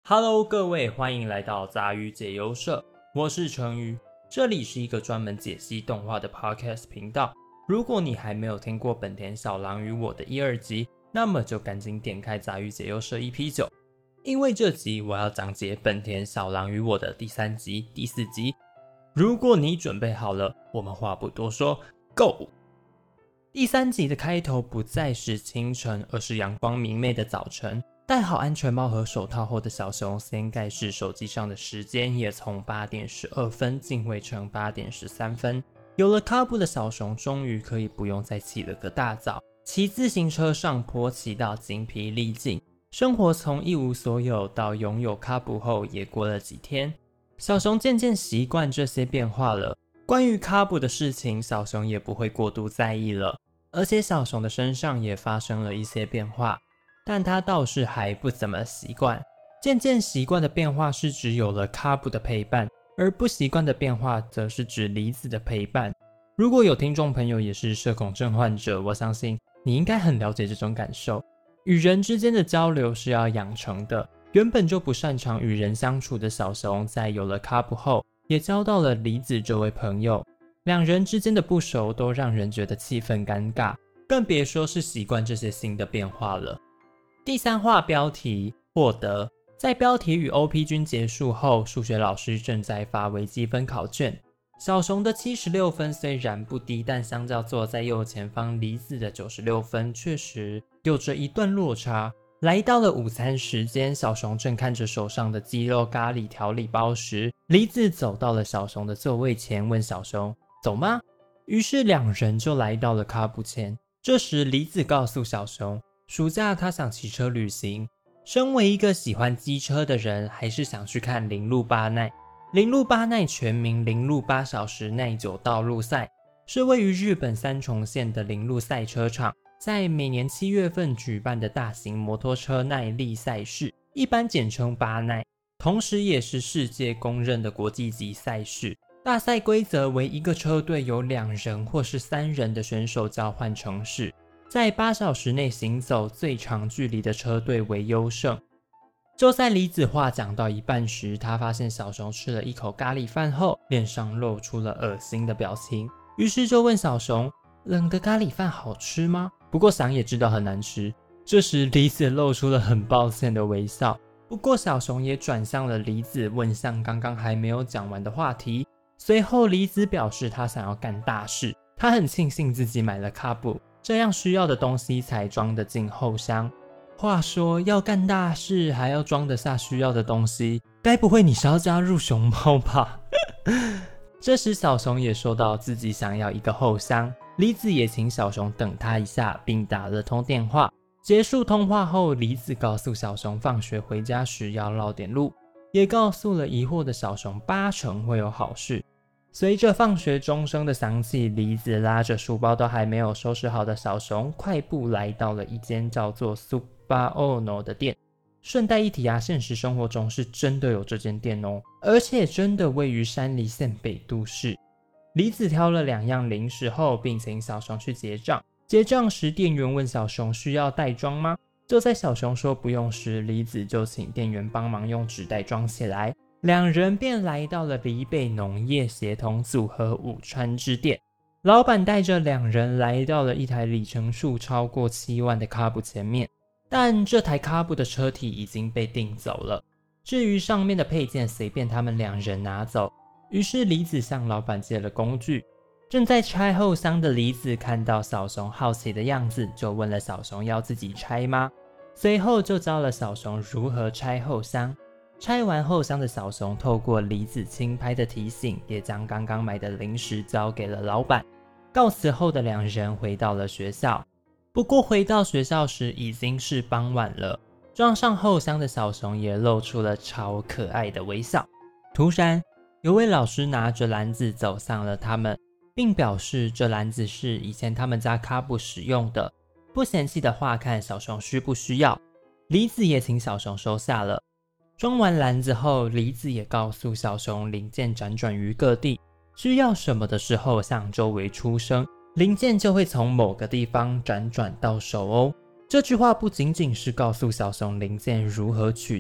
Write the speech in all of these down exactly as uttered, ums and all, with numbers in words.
Hello， 各位，欢迎来到杂鱼解忧社，我是成鱼，这里是一个专门解析动画的 Podcast 频道。如果你还没有听过本田小狼与我的一二集，那么就赶紧点开杂鱼解忧社 E P 九，因为这集我要讲解本田小狼与我的第三集、第四集。如果你准备好了，我们话不多说 ，Go！ 第三集的开头不再是清晨，而是阳光明媚的早晨。戴好安全帽和手套后的小熊掀盖式手机上的时间也从八点十二分进位成八点十三分。有了卡布的小熊终于可以不用再起了个大早，骑自行车上坡骑到精疲力尽。生活从一无所有到拥有卡布后也过了几天，小熊渐渐习惯这些变化了。关于卡布的事情，小熊也不会过度在意了，而且小熊的身上也发生了一些变化。但他倒是还不怎么习惯。渐渐习惯的变化是指有了卡布的陪伴，而不习惯的变化则是指离子的陪伴。如果有听众朋友也是社恐症患者，我相信你应该很了解这种感受。与人之间的交流是要养成的，原本就不擅长与人相处的小熊，在有了卡布后，也交到了离子这位朋友。两人之间的不熟都让人觉得气氛尴尬，更别说是习惯这些新的变化了。第三话标题获得。在标题与 O P 均结束后，数学老师正在发微积分考卷。小熊的七十六分虽然不低，但相较坐在右前方离子的九十六分，确实有着一段落差。来到了午餐时间，小熊正看着手上的鸡肉咖喱调理包时，离子走到了小熊的座位前，问小熊走吗？于是两人就来到了卡布前。这时离子告诉小熊，暑假他想骑车旅行，身为一个喜欢机车的人，还是想去看铃鹿巴奈。铃鹿巴奈全名铃鹿八小时耐久道路赛，是位于日本三重县的铃鹿赛车场，在每年七月份举办的大型摩托车耐力赛事，一般简称巴奈，同时也是世界公认的国际级赛事。大赛规则为一个车队由两人或是三人的选手交换城市，在八小时内行走最长距离的车队为优胜。就在离子话讲到一半时，他发现小熊吃了一口咖喱饭后，脸上露出了恶心的表情，于是就问小熊，冷的咖喱饭好吃吗？不过想也知道很难吃。这时离子露出了很抱歉的微笑，不过小熊也转向了离子，问向刚刚还没有讲完的话题。随后离子表示他想要干大事，他很庆幸自己买了卡布，这样需要的东西才装得进后箱。话说要干大事还要装得下需要的东西，该不会你是要加入熊猫吧？这时小熊也说到自己想要一个后箱，离子也请小熊等他一下，并打了通电话。结束通话后，离子告诉小熊放学回家时要绕点路，也告诉了疑惑的小熊八成会有好事。随着放学钟声的响起，离子拉着书包都还没有收拾好的小熊，快步来到了一间叫做 Super Ono 的店。顺带一提啊，现实生活中是真的有这间店哦，而且真的位于山梨县北都市。离子挑了两样零食后，并请小熊去结账。结账时，店员问小熊需要袋装吗？就在小熊说不用时，离子就请店员帮忙用纸袋装起来。两人便来到了梨北农业协同组合武川支店。老板带着两人来到了一台里程数超过七万的卡布前面，但这台卡布的车体已经被订走了，至于上面的配件随便他们两人拿走。于是离子向老板借了工具。正在拆后箱的离子看到小熊好奇的样子，就问了小熊要自己拆吗？随后就教了小熊如何拆后箱。拆完后箱的小熊透过离子轻拍的提醒，也将刚刚买的零食交给了老板。告辞后的两人回到了学校，不过回到学校时已经是傍晚了。装上后箱的小熊也露出了超可爱的微笑。突然有位老师拿着篮子走向了他们，并表示这篮子是以前他们家卡布使用的，不嫌弃的话看小熊需不需要。离子也请小熊收下了。装完篮子后，离子也告诉小熊零件辗转于各地，需要什么的时候向周围出声，零件就会从某个地方辗转到手哦。这句话不仅仅是告诉小熊零件如何取得，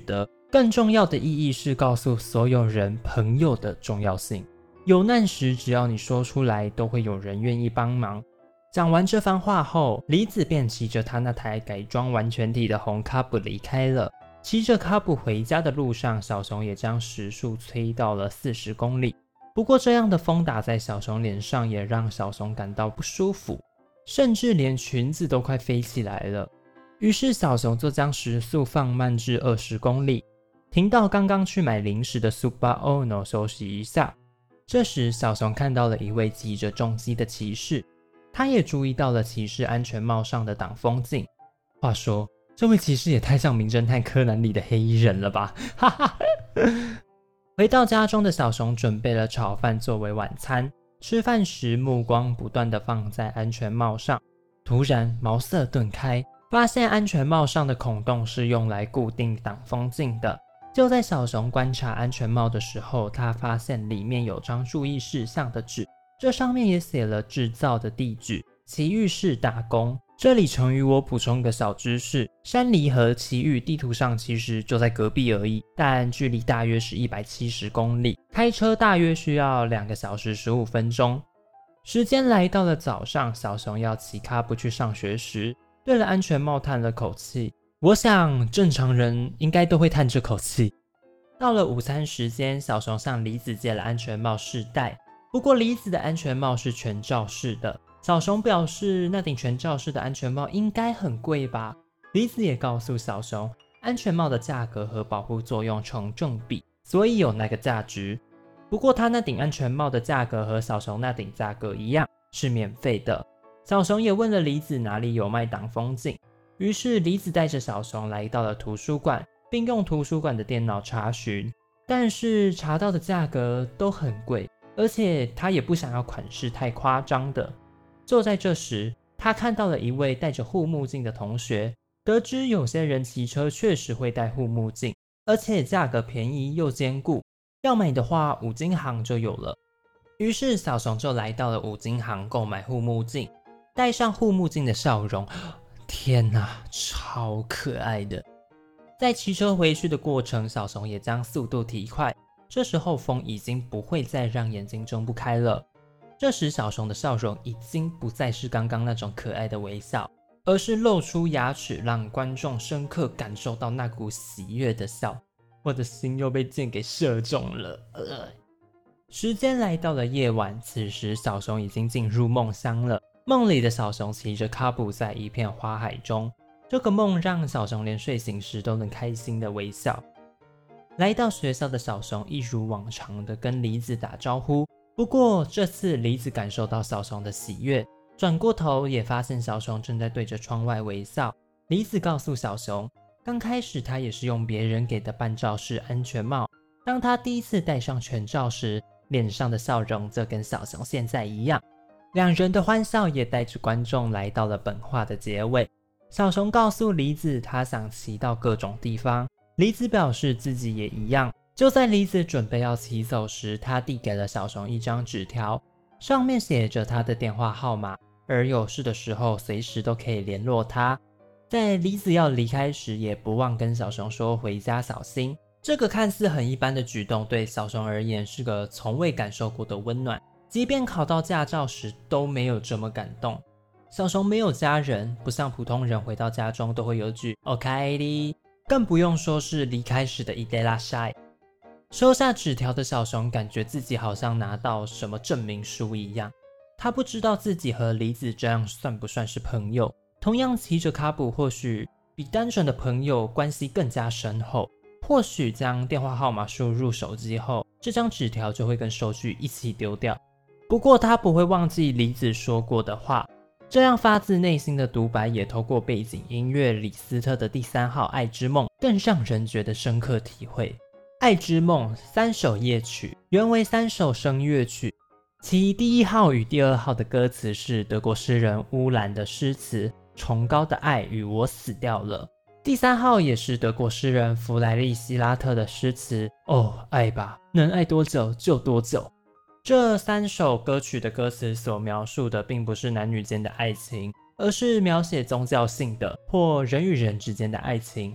更重要的意义是告诉所有人朋友的重要性。有难时，只要你说出来，都会有人愿意帮忙。讲完这番话后，梨子便骑着他那台改装完全体的红卡布离开了。骑着卡布回家的路上，小熊也将时速催到了四十公里。不过这样的风打在小熊脸上，也让小熊感到不舒服，甚至连裙子都快飞起来了。于是小熊就将时速放慢至二十公里，停到刚刚去买零食的 Super Ono 休息一下。这时小熊看到了一位骑着重机的骑士，他也注意到了骑士安全帽上的挡风镜。话说这位骑士也太像名侦探柯南里的黑衣人了吧，哈哈。回到家中的小熊准备了炒饭作为晚餐，吃饭时目光不断地放在安全帽上，突然茅塞顿开，发现安全帽上的孔洞是用来固定挡风镜的。就在小熊观察安全帽的时候，他发现里面有张注意事项的纸，这上面也写了制造的地址，奇遇市打工。这里成于我补充个小知识，山梨和奇遇地图上其实就在隔壁而已，但距离大约是一百七十公里，开车大约需要两个小时十五分钟。时间来到了早上，小熊要骑卡布去上学时，对了安全帽叹了口气，我想正常人应该都会叹这口气。到了午餐时间，小熊向梨子借了安全帽试戴，不过梨子的安全帽是全罩式的。小熊表示那顶全罩式的安全帽应该很贵吧。梨子也告诉小熊，安全帽的价格和保护作用成正比，所以有那个价值。不过他那顶安全帽的价格和小熊那顶价格一样，是免费的。小熊也问了梨子哪里有卖挡风镜，于是梨子带着小熊来到了图书馆，并用图书馆的电脑查询，但是查到的价格都很贵，而且他也不想要款式太夸张的。就在这时，他看到了一位戴着护目镜的同学，得知有些人骑车确实会戴护目镜，而且价格便宜又坚固，要买的话五金行就有了。于是小熊就来到了五金行购买护目镜，戴上护目镜的笑容，天哪，超可爱的。在骑车回去的过程，小熊也将速度提快，这时候风已经不会再让眼睛睁不开了。这时小熊的笑容已经不再是刚刚那种可爱的微笑，而是露出牙齿，让观众深刻感受到那股喜悦的笑。我的心又被箭给射中了、呃、时间来到了夜晚，此时小熊已经进入梦乡了。梦里的小熊骑着卡布在一片花海中，这个梦让小熊连睡醒时都能开心的微笑。来到学校的小熊一如往常的跟梨子打招呼，不过这次梨子感受到小熊的喜悦，转过头也发现小熊正在对着窗外微笑。梨子告诉小熊，刚开始他也是用别人给的半罩式安全帽，当他第一次戴上全罩时，脸上的笑容就跟小熊现在一样。两人的欢笑也带着观众来到了本话的结尾。小熊告诉梨子他想骑到各种地方，梨子表示自己也一样。就在梨子准备要骑走时，他递给了小熊一张纸条，上面写着他的电话号码，而有事的时候随时都可以联络他。在梨子要离开时，也不忘跟小熊说回家小心。这个看似很一般的举动，对小熊而言是个从未感受过的温暖，即便考到驾照时都没有这么感动。小熊没有家人，不像普通人回到家中都会有句 OK 的，更不用说是离开时的いってらっしゃい。收下纸条的小熊感觉自己好像拿到什么证明书一样，他不知道自己和梨子这样算不算是朋友。同样骑着卡布或许比单纯的朋友关系更加深厚，或许将电话号码输入手机后，这张纸条就会跟收据一起丢掉。不过他不会忘记梨子说过的话，这样发自内心的独白也透过背景音乐李斯特的第三号爱之梦更让人觉得深刻体会。爱之梦三首夜曲原为三首声乐曲，其第一号与第二号的歌词是德国诗人乌兰的诗词崇高的爱与我死掉了，第三号也是德国诗人弗莱利希拉特的诗词哦，爱吧，能爱多久就多久。这三首歌曲的歌词所描述的并不是男女间的爱情，而是描写宗教性的或人与人之间的爱情。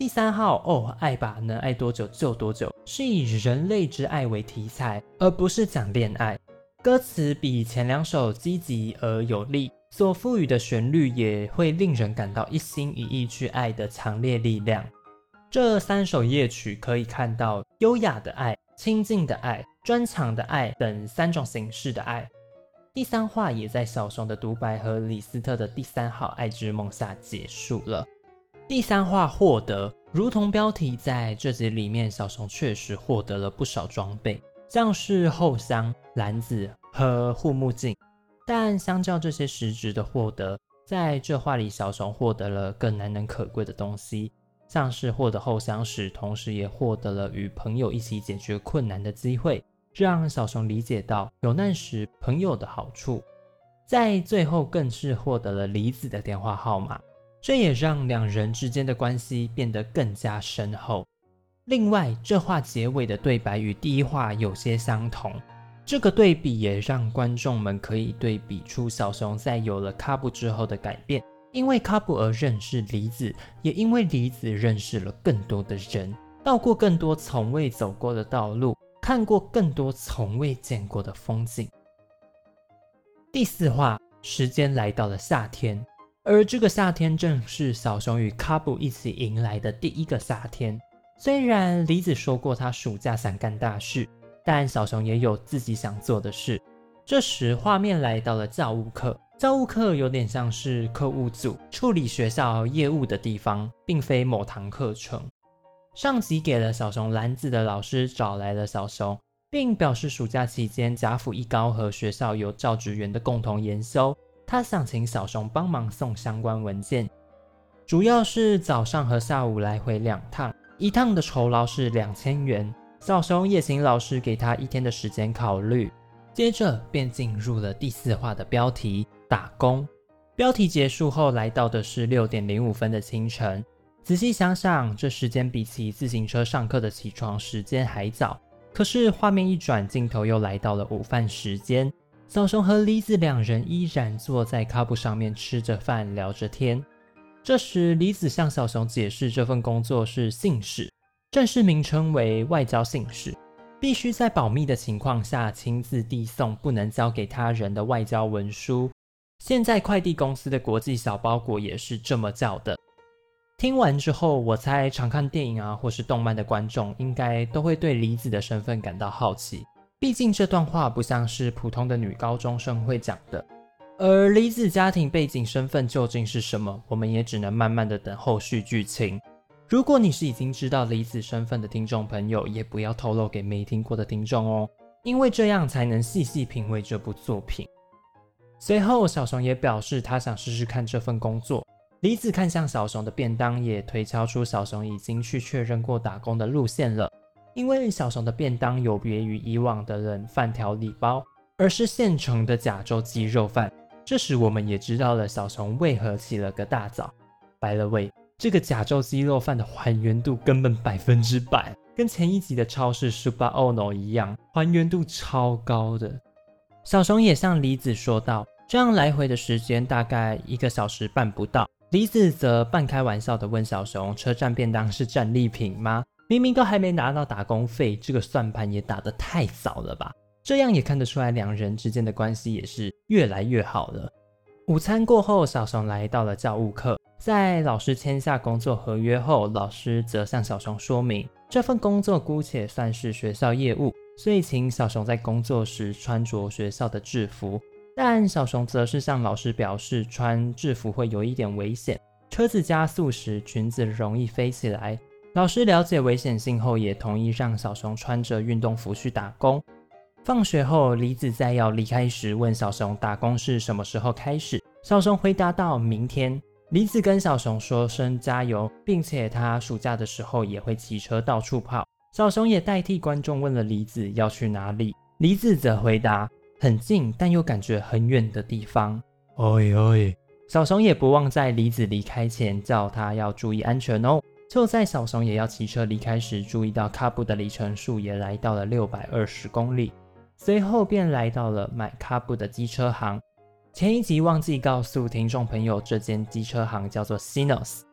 第三号哦，爱吧，能爱多久就多久，是以人类之爱为题材，而不是讲恋爱。歌词比前两首积极而有力，所赋予的旋律也会令人感到一心一意去爱的强烈力量。这三首夜曲可以看到优雅的爱、亲近的爱、专长的爱等三种形式的爱。第三话也在小熊的独白和李斯特的第三号爱之梦下结束了。第三话获得，如同标题，在这集里面小熊确实获得了不少装备，像是后箱、篮子和护目镜，但相较这些实质的获得，在这话里小熊获得了更难能可贵的东西，像是获得后箱时，同时也获得了与朋友一起解决困难的机会，让小熊理解到有难时朋友的好处。在最后更是获得了梨子的电话号码，这也让两人之间的关系变得更加深厚。另外，这话结尾的对白与第一话有些相同，这个对比也让观众们可以对比出小熊在有了卡布之后的改变，因为卡布而认识梨子，也因为梨子认识了更多的人，到过更多从未走过的道路，看过更多从未见过的风景。第四话，时间来到了夏天，而这个夏天正是小熊与卡布一起迎来的第一个夏天。虽然梨子说过他暑假想干大事，但小熊也有自己想做的事。这时画面来到了教务课，教务课有点像是课务组处理学校业务的地方，并非某堂课程。上级给了小熊篮子的老师找来了小熊，并表示暑假期间甲府一高和学校有教职员的共同研修，他想请小熊帮忙送相关文件，主要是早上和下午来回两趟，一趟的酬劳是两千元。小熊也请老师给他一天的时间考虑。接着便进入了第四话的标题打工。标题结束后来到的是六点零五分的清晨，仔细想想，这时间比骑自行车上课的起床时间还早。可是画面一转，镜头又来到了午饭时间，小熊和梨子两人依然坐在咖布上面吃着饭聊着天。这时梨子向小熊解释这份工作是信使，正式名称为外交信使，必须在保密的情况下亲自递送不能交给他人的外交文书。现在快递公司的国际小包裹也是这么叫的。听完之后，我猜常看电影啊或是动漫的观众应该都会对梨子的身份感到好奇，毕竟这段话不像是普通的女高中生会讲的。而梨子家庭背景身份究竟是什么，我们也只能慢慢的等后续剧情。如果你是已经知道梨子身份的听众朋友，也不要透露给没听过的听众哦，因为这样才能细细品味这部作品。随后小熊也表示他想试试看这份工作，梨子看向小熊的便当，也推敲出小熊已经去确认过打工的路线了。因为小熊的便当有别于以往的冷饭调理包，而是现成的甲州鸡肉饭。这时我们也知道了小熊为何起了个大早。By the way，这个甲州鸡肉饭的还原度根本百分之百，跟前一集的超市 Super Ono 一样，还原度超高的。小熊也向梨子说道，这样来回的时间大概一个小时半不到。梨子则半开玩笑的问小熊，车站便当是战利品吗？明明都还没拿到打工费，这个算盘也打得太早了吧。这样也看得出来两人之间的关系也是越来越好了。午餐过后，小熊来到了教务课，在老师签下工作合约后，老师则向小熊说明，这份工作姑且算是学校业务，所以请小熊在工作时穿着学校的制服。但小熊则是向老师表示，穿制服会有一点危险，车子加速时裙子容易飞起来。老师了解危险性后，也同意让小熊穿着运动服去打工。放学后，梨子在要离开时问小熊打工是什么时候开始，小熊回答到明天。梨子跟小熊说声加油，并且他暑假的时候也会骑车到处跑。小熊也代替观众问了梨子要去哪里，梨子则回答很近但又感觉很远的地方。哎哎，小熊也不忘在梨子离开前叫他要注意安全哦。就在小熊也要骑车离开时，注意到卡布的里程数也来到了六百二十公里，随后便来到了买卡布的机车行。前一集忘记告诉听众朋友，这间机车行叫做 Sinos，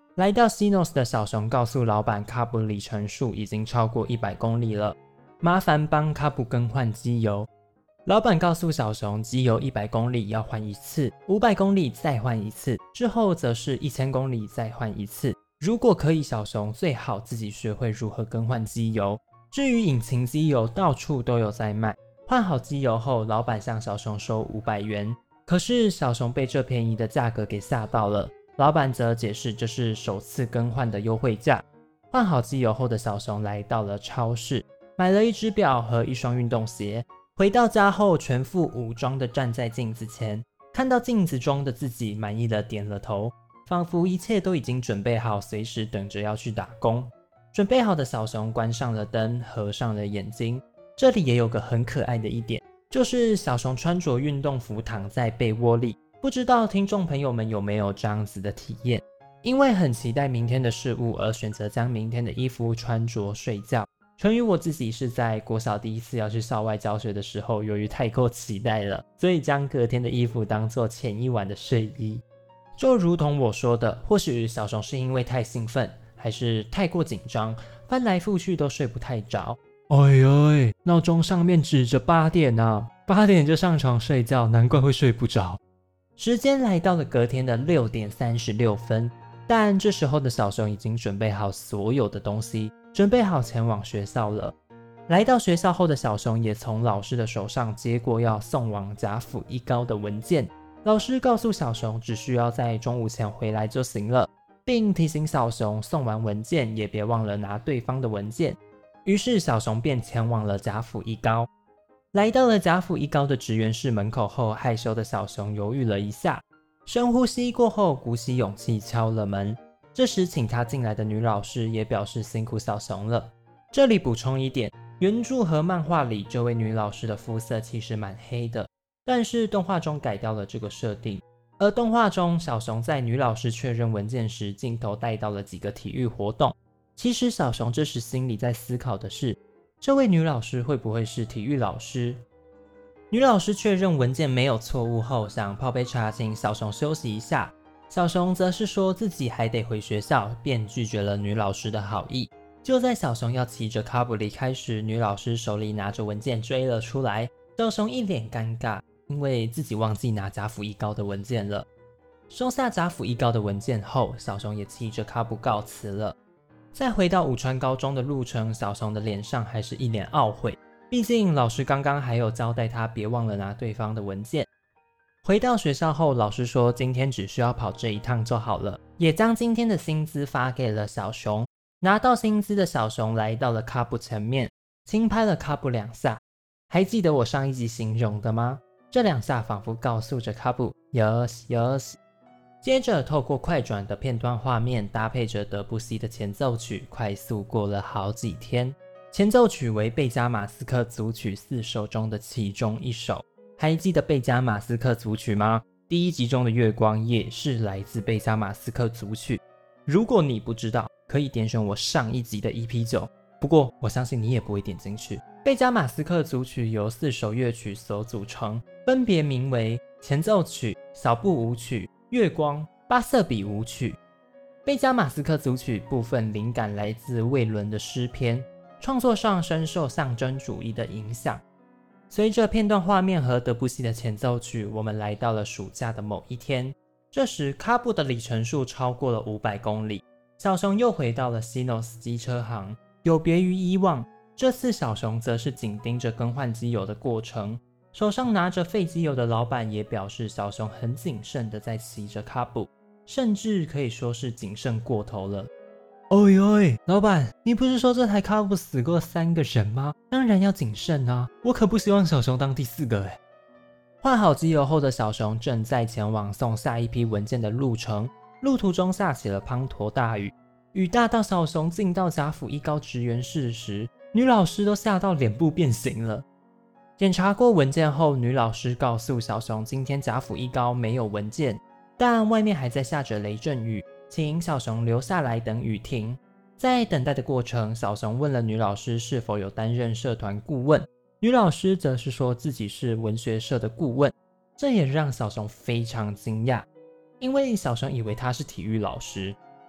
来到西诺斯的小熊告诉老板，卡布里程数已经超过一百公里了，麻烦帮卡布更换机油。老板告诉小熊，机油一百公里要换一次，五百公里再换一次，之后则是一千公里再换一次。如果可以，小熊最好自己学会如何更换机油。至于引擎机油，到处都有在卖。换好机油后，老板向小熊收五百元，可是小熊被这便宜的价格给吓到了。老板则解释这是首次更换的优惠价。换好机油后的小熊来到了超市，买了一只表和一双运动鞋。回到家后，全副武装地站在镜子前，看到镜子中的自己，满意地点了头，仿佛一切都已经准备好，随时等着要去打工。准备好的小熊关上了灯，合上了眼睛。这里也有个很可爱的一点，就是小熊穿着运动服躺在被窝里。不知道听众朋友们有没有这样子的体验？因为很期待明天的事物而选择将明天的衣服穿着睡觉。成于我自己是在国小第一次要去校外教学的时候，由于太过期待了，所以将隔天的衣服当作前一晚的睡衣。就如同我说的，或许小熊是因为太兴奋，还是太过紧张，翻来覆去都睡不太着。哎呦，闹钟上面指着八点啊，八点就上床睡觉，难怪会睡不着。时间来到了隔天的六点三十六分，但这时候的小熊已经准备好所有的东西，准备好前往学校了。来到学校后的小熊也从老师的手上接过要送往甲府一高的文件。老师告诉小熊只需要在中午前回来就行了，并提醒小熊送完文件也别忘了拿对方的文件。于是小熊便前往了甲府一高。来到了甲府一高的职员室门口后，害羞的小熊犹豫了一下，深呼吸过后鼓起勇气敲了门。这时请他进来的女老师也表示辛苦小熊了。这里补充一点，原著和漫画里这位女老师的肤色其实蛮黑的，但是动画中改掉了这个设定。而动画中小熊在女老师确认文件时，镜头带到了几个体育活动。其实小熊这时心里在思考的是，这位女老师会不会是体育老师？女老师确认文件没有错误后，想泡杯茶请小熊休息一下。小熊则是说自己还得回学校，便拒绝了女老师的好意。就在小熊要骑着卡布离开时，女老师手里拿着文件追了出来。小熊一脸尴尬，因为自己忘记拿甲府一高的文件了。收下甲府一高的文件后，小熊也骑着卡布告辞了。再回到武川高中的路程，小熊的脸上还是一脸懊悔，毕竟老师刚刚还有交代他别忘了拿对方的文件。回到学校后，老师说今天只需要跑这一趟就好了，也将今天的薪资发给了小熊。拿到薪资的小熊来到了卡布前面，轻拍了卡布两下。还记得我上一集形容的吗？这两下仿佛告诉着卡布 Yes Yes。 接着透过快转的片段画面，搭配着德布西的前奏曲，快速过了好几天。前奏曲为贝加马斯克组曲四首中的其中一首。还记得贝加马斯克组曲吗？第一集中的月光也是来自贝加马斯克组曲。如果你不知道，可以点选我上一集的 E P 九， 不过我相信你也不会点进去。贝加马斯克组曲由四首乐曲所组成，分别名为前奏曲、小步舞曲、月光、巴瑟比舞曲。贝加马斯克组曲部分灵感来自魏伦的诗篇，创作上深受象征主义的影响。随着片段画面和德布西的前奏曲，我们来到了暑假的某一天。这时卡布的里程数超过了五百公里，小熊又回到了西诺斯机车行。有别于以往，这次小熊则是紧盯着更换机油的过程。手上拿着废机油的老板也表示，小熊很谨慎的在骑着卡布，甚至可以说是谨慎过头了。哎呦，老板，你不是说这台卡布死过三个人吗？当然要谨慎啊，我可不希望小熊当第四个诶。换好机油后的小熊正在前往送下一批文件的路程，路途中下起了滂沱大雨，雨大到小熊进到甲府一高职员室时，女老师都吓到脸部变形了。检查过文件后，女老师告诉小熊今天甲府一高没有文件，但外面还在下着雷阵雨，请小熊留下来等雨停。在等待的过程，小熊问了女老师是否有担任社团顾问，女老师则是说自己是文学社的顾问，这也让小熊非常惊讶，因为小熊以为她是体育老师。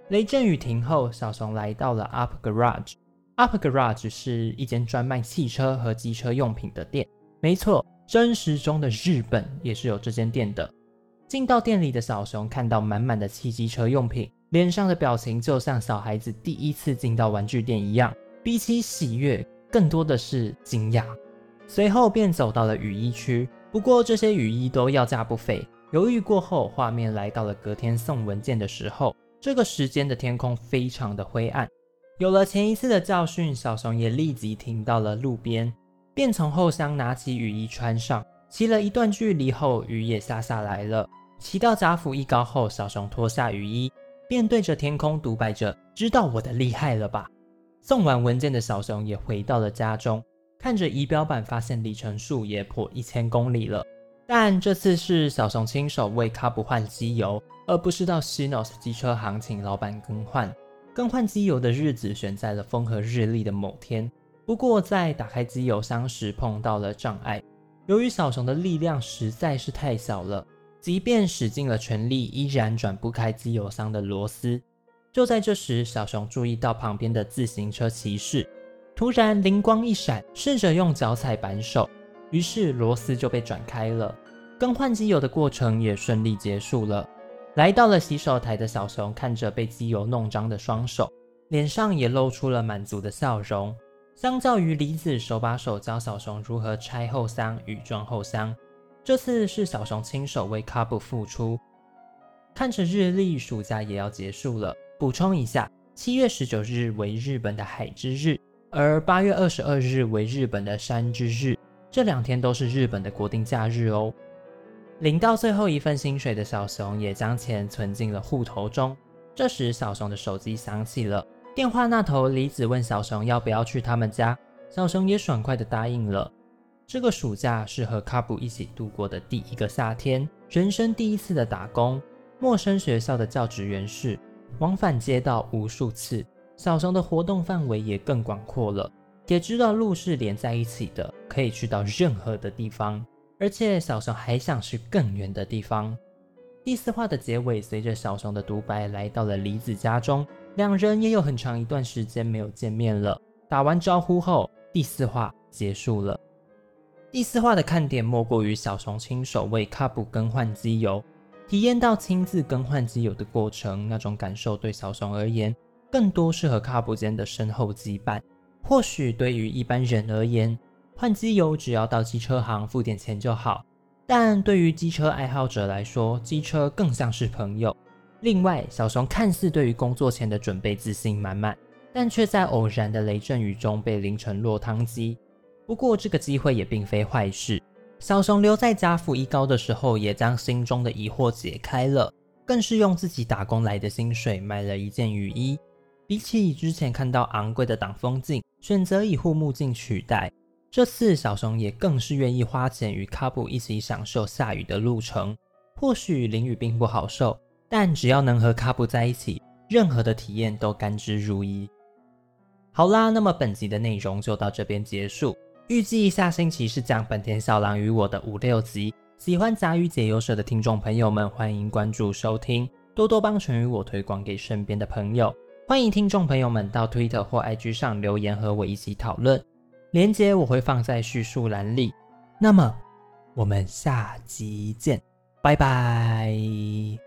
雷阵雨停后，小熊来到了 Up Garage。Up Garage 是一间专卖汽车和机车用品的店。没错，真实中的日本也是有这间店的。进到店里的小熊看到满满的汽机车用品，脸上的表情就像小孩子第一次进到玩具店一样，比起喜悦，更多的是惊讶。随后便走到了雨衣区，不过这些雨衣都要价不菲。犹豫过后，画面来到了隔天送文件的时候，这个时间的天空非常的灰暗。有了前一次的教训，小熊也立即停到了路边，便从后箱拿起雨衣穿上。骑了一段距离后，雨也下下来了。骑到甲府一高后，小熊脱下雨衣，便对着天空独白着：“知道我的厉害了吧？”送完文件的小熊也回到了家中，看着仪表板发现里程数也破一千公里了。但这次是小熊亲手为卡布换机油，而不是到 Shinos 机车行请老板更换。更换机油的日子选在了风和日丽的某天，不过在打开机油箱时碰到了障碍。由于小熊的力量实在是太小了，即便使尽了全力，依然转不开机油箱的螺丝。就在这时，小熊注意到旁边的自行车骑士，突然灵光一闪，试着用脚踩扳手，于是螺丝就被转开了。更换机油的过程也顺利结束了。来到了洗手台的小熊看着被机油弄脏的双手，脸上也露出了满足的笑容。相较于梨子手把手教小熊如何拆后箱与装后箱，这次是小熊亲手为卡布付出。看着日历，暑假也要结束了。补充一下，七月十九日为日本的海之日，而八月二十二日为日本的山之日，这两天都是日本的国定假日哦。领到最后一份薪水的小熊也将钱存进了户头中。这时小熊的手机响起了，电话那头梨子问小熊要不要去他们家，小熊也爽快地答应了。这个暑假是和卡布一起度过的第一个夏天，人生第一次的打工，陌生学校的教职员室，往返街道无数次，小熊的活动范围也更广阔了，也知道路是连在一起的，可以去到任何的地方。而且小熊还想去更远的地方。第四话的结尾随着小熊的独白来到了梨子家中，两人也有很长一段时间没有见面了。打完招呼后，第四话结束了。第四话的看点莫过于小熊亲手为卡布更换机油，体验到亲自更换机油的过程，那种感受对小熊而言更多是和卡布间的深厚羁绊。或许对于一般人而言，换机油只要到机车行付点钱就好，但对于机车爱好者来说，机车更像是朋友。另外，小熊看似对于工作前的准备自信满满，但却在偶然的雷阵雨中被淋成落汤鸡。不过这个机会也并非坏事，小熊留在甲府一高的时候也将心中的疑惑解开了，更是用自己打工来的薪水买了一件雨衣。比起之前看到昂贵的挡风镜，选择以护目镜取代，这次小熊也更是愿意花钱与卡布一起享受下雨的路程。或许淋雨并不好受，但只要能和卡布在一起，任何的体验都甘之如饴。好啦，那么本集的内容就到这边结束。预计下星期是讲本田小狼与我的五六集，喜欢杂鱼解忧社的听众朋友们，欢迎关注收听，多多帮成与我推广给身边的朋友。欢迎听众朋友们到 Twitter 或 I G 上留言和我一起讨论，连结我会放在叙述栏里。那么我们下集见，拜拜。